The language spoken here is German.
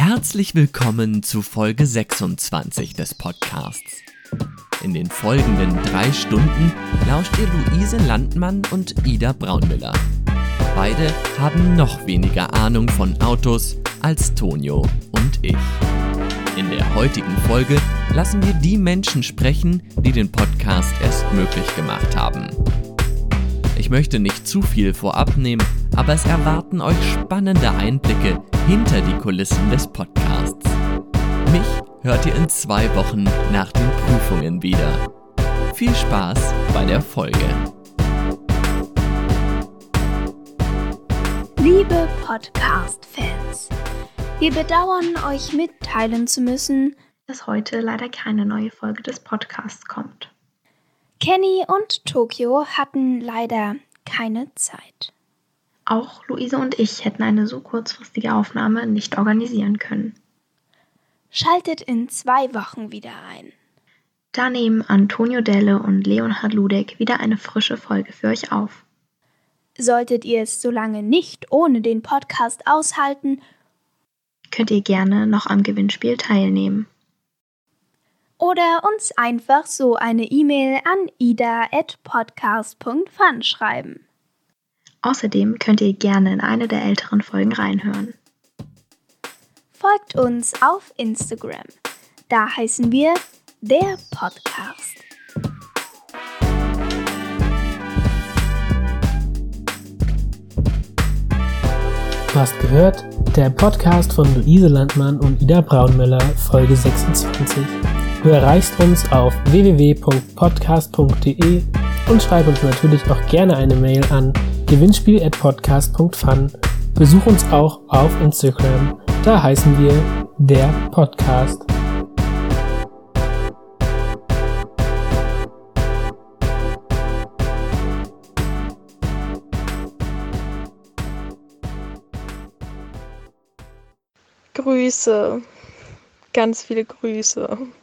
Herzlich willkommen zu Folge 26 des Podcasts. In den folgenden 3 Stunden lauscht ihr Luise Landmann und Ida Braunmüller. Beide haben noch weniger Ahnung von Autos als Tonio und ich. In der heutigen Folge lassen wir die Menschen sprechen, die den Podcast erst möglich gemacht haben. Ich möchte nicht zu viel vorab nehmen, aber es erwarten euch spannende Einblicke hinter die Kulissen des Podcasts. Mich hört ihr in 2 Wochen nach den Prüfungen wieder. Viel Spaß bei der Folge. Liebe Podcast-Fans, wir bedauern, euch mitteilen zu müssen, dass heute leider keine neue Folge des Podcasts kommt. Kenny und Tokio hatten leider keine Zeit. Auch Luise und ich hätten eine so kurzfristige Aufnahme nicht organisieren können. Schaltet in 2 Wochen wieder ein. Da nehmen Antonio Delle und Leonhard Ludek wieder eine frische Folge für euch auf. Solltet ihr es so lange nicht ohne den Podcast aushalten, könnt ihr gerne noch am Gewinnspiel teilnehmen. Oder uns einfach so eine E-Mail an ida@podcast.fun schreiben. Außerdem könnt ihr gerne in eine der älteren Folgen reinhören. Folgt uns auf Instagram. Da heißen wir der Podcast. Du hast gehört, der Podcast von Luise Landmann und Ida Braunmüller, Folge 26. Du erreichst uns auf www.podcast.de und schreib uns natürlich auch gerne eine Mail an gewinnspiel@podcast.fun. Besuch uns auch auf Instagram, da heißen wir der Podcast. Grüße, ganz viele Grüße.